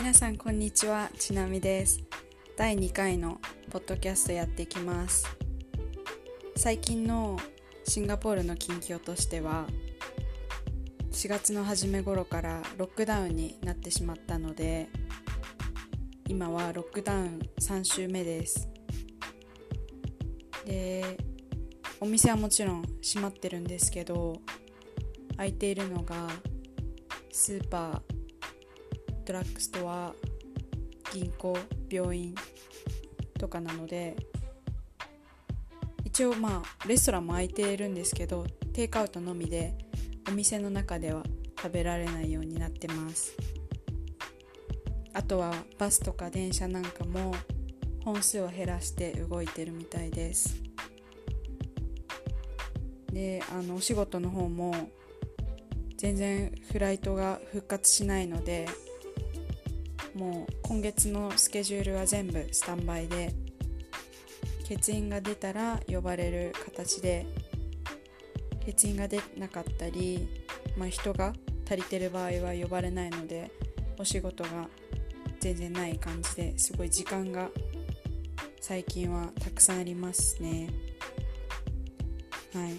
皆さんこんにちは、ちなみです。第2回のポッドキャストやっていきます。最近のシンガポールの近況としては、4月の初め頃からロックダウンになってしまったので、今はロックダウン3週目です。で、お店はもちろん閉まってるんですけど、開いているのがスーパー、ドラッグストア、銀行、病院とかなので、一応レストランも開いているんですけど、テイクアウトのみでお店の中では食べられないようになってます。あとはバスとか電車なんかも本数を減らして動いてるみたいです。で、お仕事の方も全然フライトが復活しないので、もう今月のスケジュールは全部スタンバイで、欠員が出たら呼ばれる形で、欠員が出なかったり、人が足りてる場合は呼ばれないので、お仕事が全然ない感じで、すごい時間が最近はたくさんありますね。はい。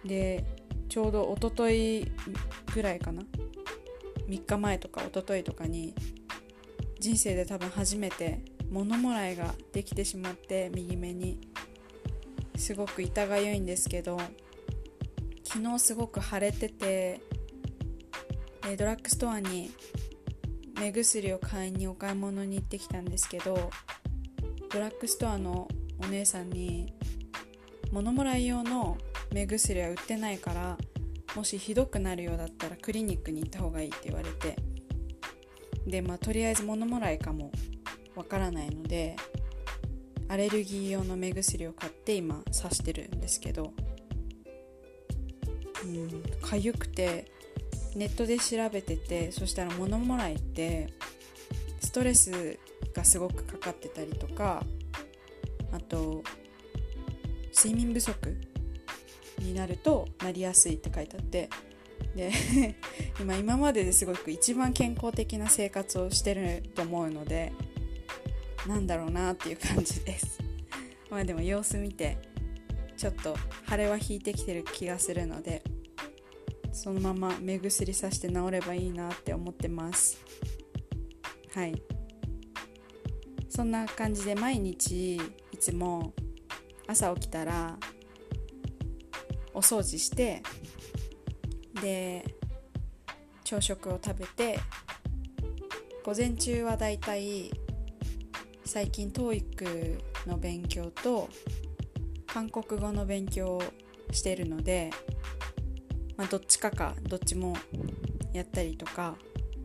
で、ちょうど一昨日ぐらいかな、3日前とか一昨日とかに、人生で多分初めて物もらいができてしまって、右目にすごく痛がゆいんですけど、昨日すごく腫れてて、ドラッグストアに目薬を買いにお買い物に行ってきたんですけど、ドラッグストアのお姉さんに、物もらい用の目薬は売ってないから、もしひどくなるようだったらクリニックに行った方がいいって言われて、でとりあえず物もらいかもわからないので、アレルギー用の目薬を買って今刺してるんですけど、かゆくてネットで調べてて、そしたら物もらいってストレスがすごくかかってたりとか、あと睡眠不足になるとなりやすいって書いてあって、で今までですごく一番健康的な生活をしてると思うので、なんだろうなっていう感じです。でも様子見て、ちょっと腫れは引いてきてる気がするので、そのまま目薬さして治ればいいなって思ってます。はい。そんな感じで毎日いつも朝起きたらお掃除して、で朝食を食べて、午前中はだいたい最近 TOEIC の勉強と韓国語の勉強をしているので、どっちもやったりとか、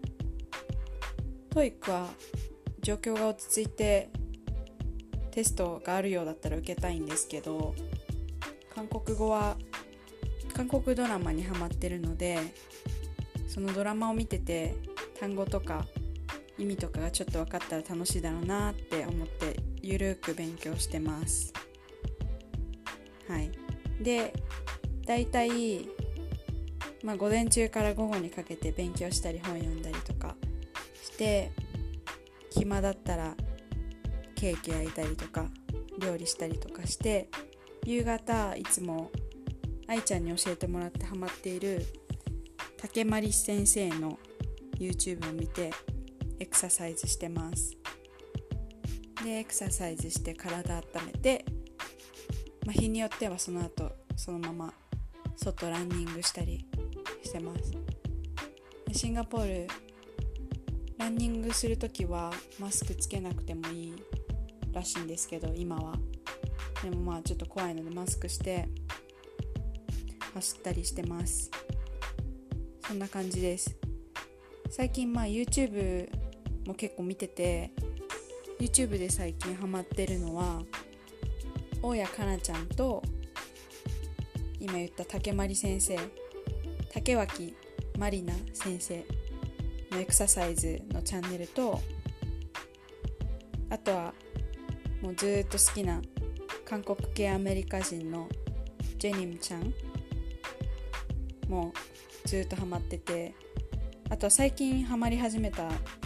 TOEIC は状況が落ち着いてテストがあるようだったら受けたいんですけど、韓国語は韓国ドラマにハマってるので、そのドラマを見てて単語とか意味とかがちょっと分かったら楽しいだろうなって思って、ゆるく勉強してます。はい。で、だいたい午前中から午後にかけて勉強したり本読んだりとかして、暇だったらケーキ焼いたりとか料理したりとかして、夕方いつも愛ちゃんに教えてもらってハマっている竹まり先生の YouTube を見てエクササイズしてます。で、エクササイズして体温めて、日によってはその後そのまま外ランニングしたりしてます。で、シンガポールランニングするときはマスクつけなくてもいいらしいんですけど、今はでもちょっと怖いのでマスクして走ったりしてます。そんな感じです。最近YouTube も結構見てて、 YouTube で最近ハマってるのは大谷かなちゃんと、今言った竹まり先生、竹脇まりな先生のエクササイズのチャンネルと、あとはもうずっと好きな韓国系アメリカ人のジェニムちゃんもずっとハマってて、あとは最近ハマり始めた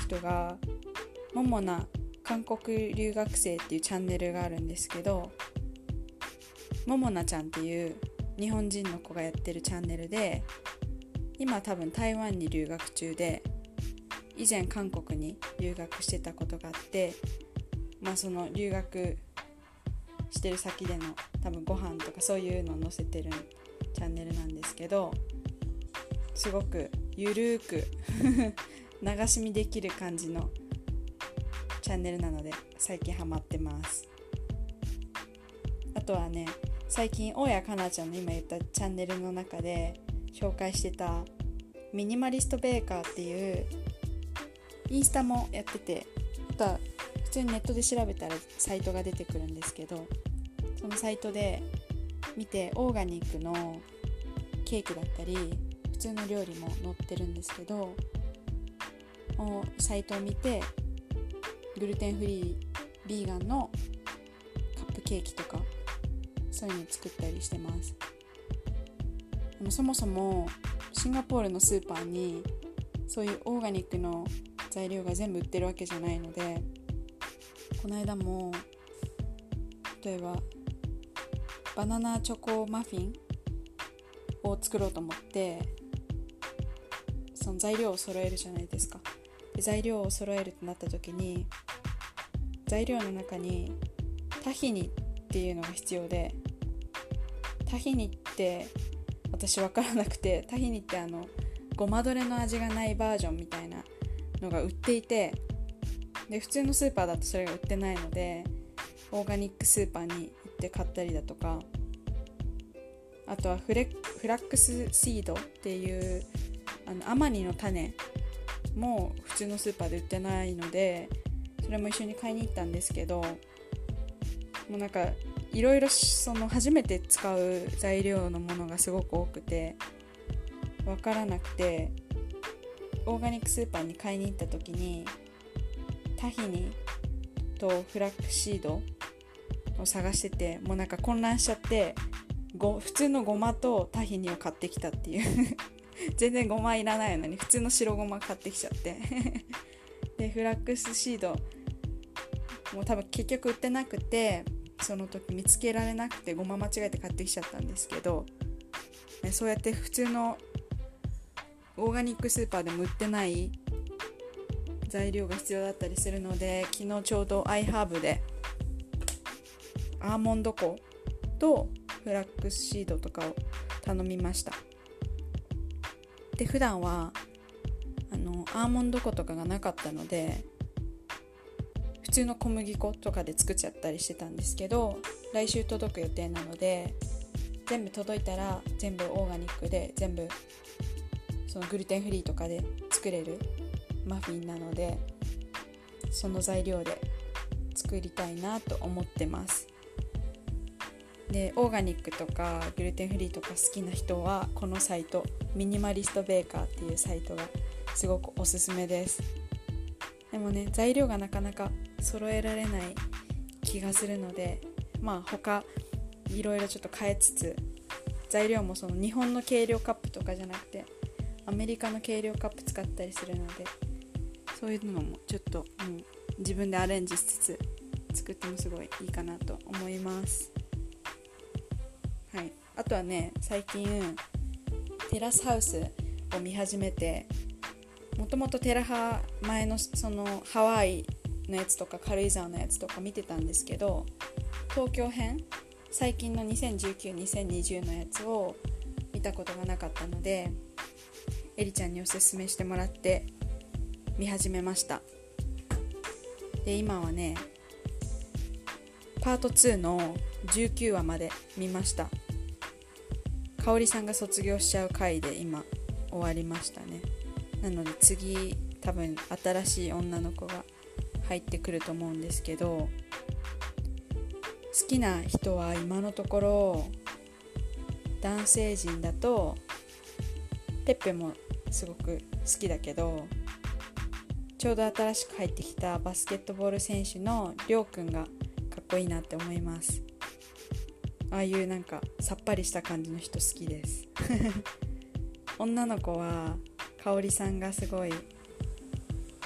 人がももな韓国留学生っていうチャンネルがあるんですけど、ももなちゃんっていう日本人の子がやってるチャンネルで、今多分台湾に留学中で、以前韓国に留学してたことがあって、その留学してる先での多分ご飯とかそういうのを載せてるチャンネルなんですけど、すごくゆるーく流し見できる感じのチャンネルなので最近ハマってます。あとはね、最近大谷かなちゃんの今言ったチャンネルの中で紹介してたミニマリストベーカーっていうインスタもやってて、あとは普通にネットで調べたらサイトが出てくるんですけど、そのサイトで見てオーガニックのケーキだったり普通の料理も載ってるんですけど、サイトを見てグルテンフリービーガンのカップケーキとかそういうの作ったりしてます。でもそもそもシンガポールのスーパーにそういうオーガニックの材料が全部売ってるわけじゃないので、この間も例えばバナナチョコマフィンを作ろうと思ってその材料を揃えるじゃないですか。で材料を揃えるとなった時に、材料の中にタヒニっていうのが必要で、タヒニって私分からなくて、タヒニってごまどれの味がないバージョンみたいなのが売っていて、で普通のスーパーだとそれが売ってないのでオーガニックスーパーに行って買ったりだとか、あとはフラックスシードっていうアマニの種も普通のスーパーで売ってないので、それも一緒に買いに行ったんですけど、もうなんかいろいろその初めて使う材料のものがすごく多くて分からなくて、オーガニックスーパーに買いに行った時にタヒニとフラックシードを探してて、もうなんか混乱しちゃって、普通のごまとタヒニを買ってきたっていう全然ごまいらないのに普通の白ごま買ってきちゃってでフラックスシードもう多分結局売ってなくて、その時見つけられなくてごま間違えて買ってきちゃったんですけど、そうやって普通のオーガニックスーパーでも売ってない材料が必要だったりするので、昨日ちょうどアイハーブでアーモンド粉とフラックスシードとかを頼みました。で普段はアーモンド粉とかがなかったので普通の小麦粉とかで作っちゃったりしてたんですけど、来週届く予定なので全部届いたら全部オーガニックで、全部そのグルテンフリーとかで作れるマフィンなので、その材料で作りたいなと思ってます。でオーガニックとかグルテンフリーとか好きな人はこのサイトミニマリストベーカーっていうサイトがすごくおすすめです。でもね、材料がなかなか揃えられない気がするので、他いろいろちょっと変えつつ、材料もその日本の計量カップとかじゃなくてアメリカの計量カップ使ったりするので、そういうのもちょっと、自分でアレンジしつつ作ってもすごいいいかなと思います。はい、あとはね、最近テラスハウスを見始めて、もともとテラハ前のそのハワイのやつとか軽井沢のやつとか見てたんですけど、東京編最近の2019、2020のやつを見たことがなかったので、エリちゃんにおすすめしてもらって見始めました。で今はねパート2の19話まで見ました。香織さんが卒業しちゃう回で今終わりましたね。なので次多分新しい女の子が入ってくると思うんですけど、好きな人は今のところ男性陣だとペッペもすごく好きだけど、ちょうど新しく入ってきたバスケットボール選手のりょうくんがかっこいいなって思います。ああいうなんかさっぱりした感じの人好きです女の子は香織さんがすごい好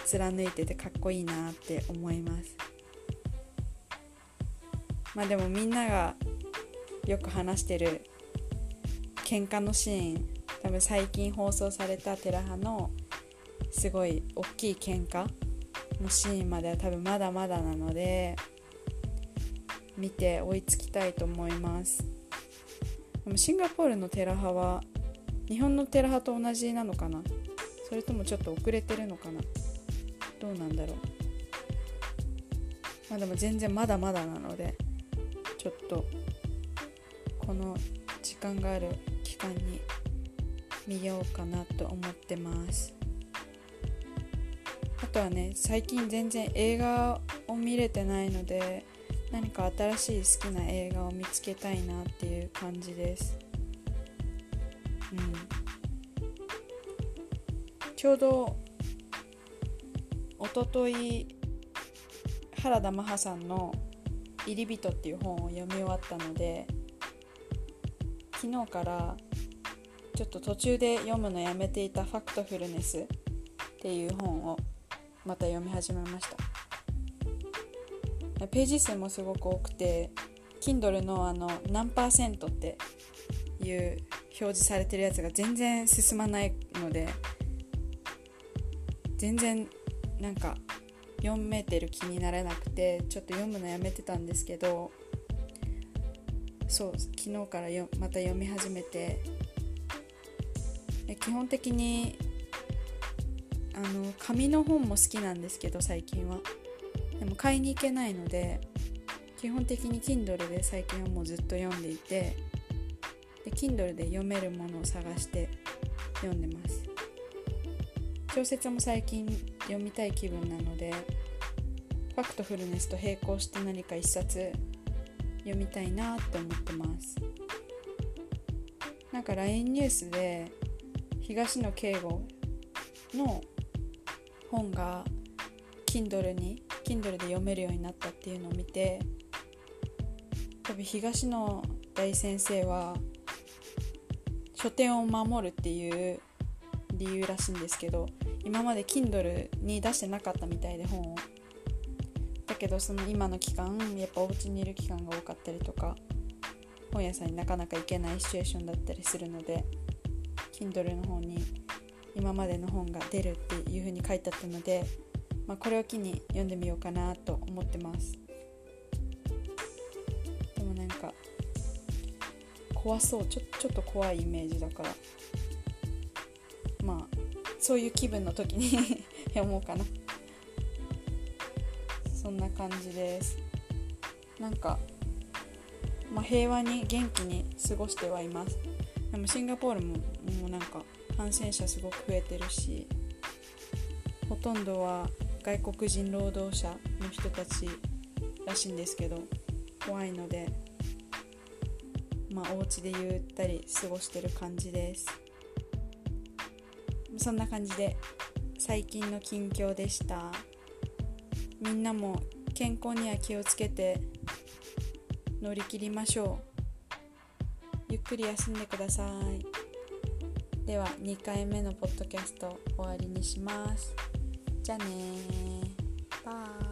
貫いててかっこいいなって思います。でもみんながよく話してる喧嘩のシーン、多分最近放送されたテラハのすごい大きい喧嘩のシーンまでは多分まだまだなので、見て追いつきたいと思います。でもシンガポールのテラハは日本のテラハと同じなのかな、それともちょっと遅れてるのかな、どうなんだろう。でも全然まだまだなので、ちょっとこの時間がある期間に見ようかなと思ってます。あとはね、最近全然映画を見れてないので、何か新しい好きな映画を見つけたいなっていう感じです。ちょうど一昨日原田マハさんの入り人っていう本を読み終わったので、昨日からちょっと途中で読むのやめていたファクトフルネスっていう本をまた読み始めました。ページ数もすごく多くて、 Kindle の何%っていう表示されてるやつが全然進まないので、全然なんか読めてる気になれなくて、ちょっと読むのやめてたんですけど、昨日からまた読み始めて、基本的に紙の本も好きなんですけど、最近はでも買いに行けないので、基本的に Kindle で最近はもうずっと読んでいて、で Kindle で読めるものを探して読んでます。小説も最近読みたい気分なので、ファクトフルネスと並行して何か一冊読みたいなって思ってます。なんか LINE ニュースで東野圭吾の本が Kindle で読めるようになったっていうのを見て、多分東野大先生は書店を守るっていう理由らしいんですけど、今まで Kindle に出してなかったみたいで、本をだけど、その今の期間やっぱお家にいる期間が多かったりとか、本屋さんになかなか行けないシチュエーションだったりするので、 Kindle の方に今までの本が出るっていう風に書いてあったので、これを機に読んでみようかなと思ってます。でもなんか怖そう、ちょっと怖いイメージだから、そういう気分の時に読もうかな。そんな感じです。なんか、平和に元気に過ごしてはいます。でもシンガポールもなんか感染者すごく増えてるし、ほとんどは外国人労働者の人たちらしいんですけど、怖いのでお家でゆったり過ごしてる感じです。そんな感じで最近の近況でした。みんなも健康には気をつけて乗り切りましょう。ゆっくり休んでください。では2回目のポッドキャスト終わりにします。じゃあねー、バイ。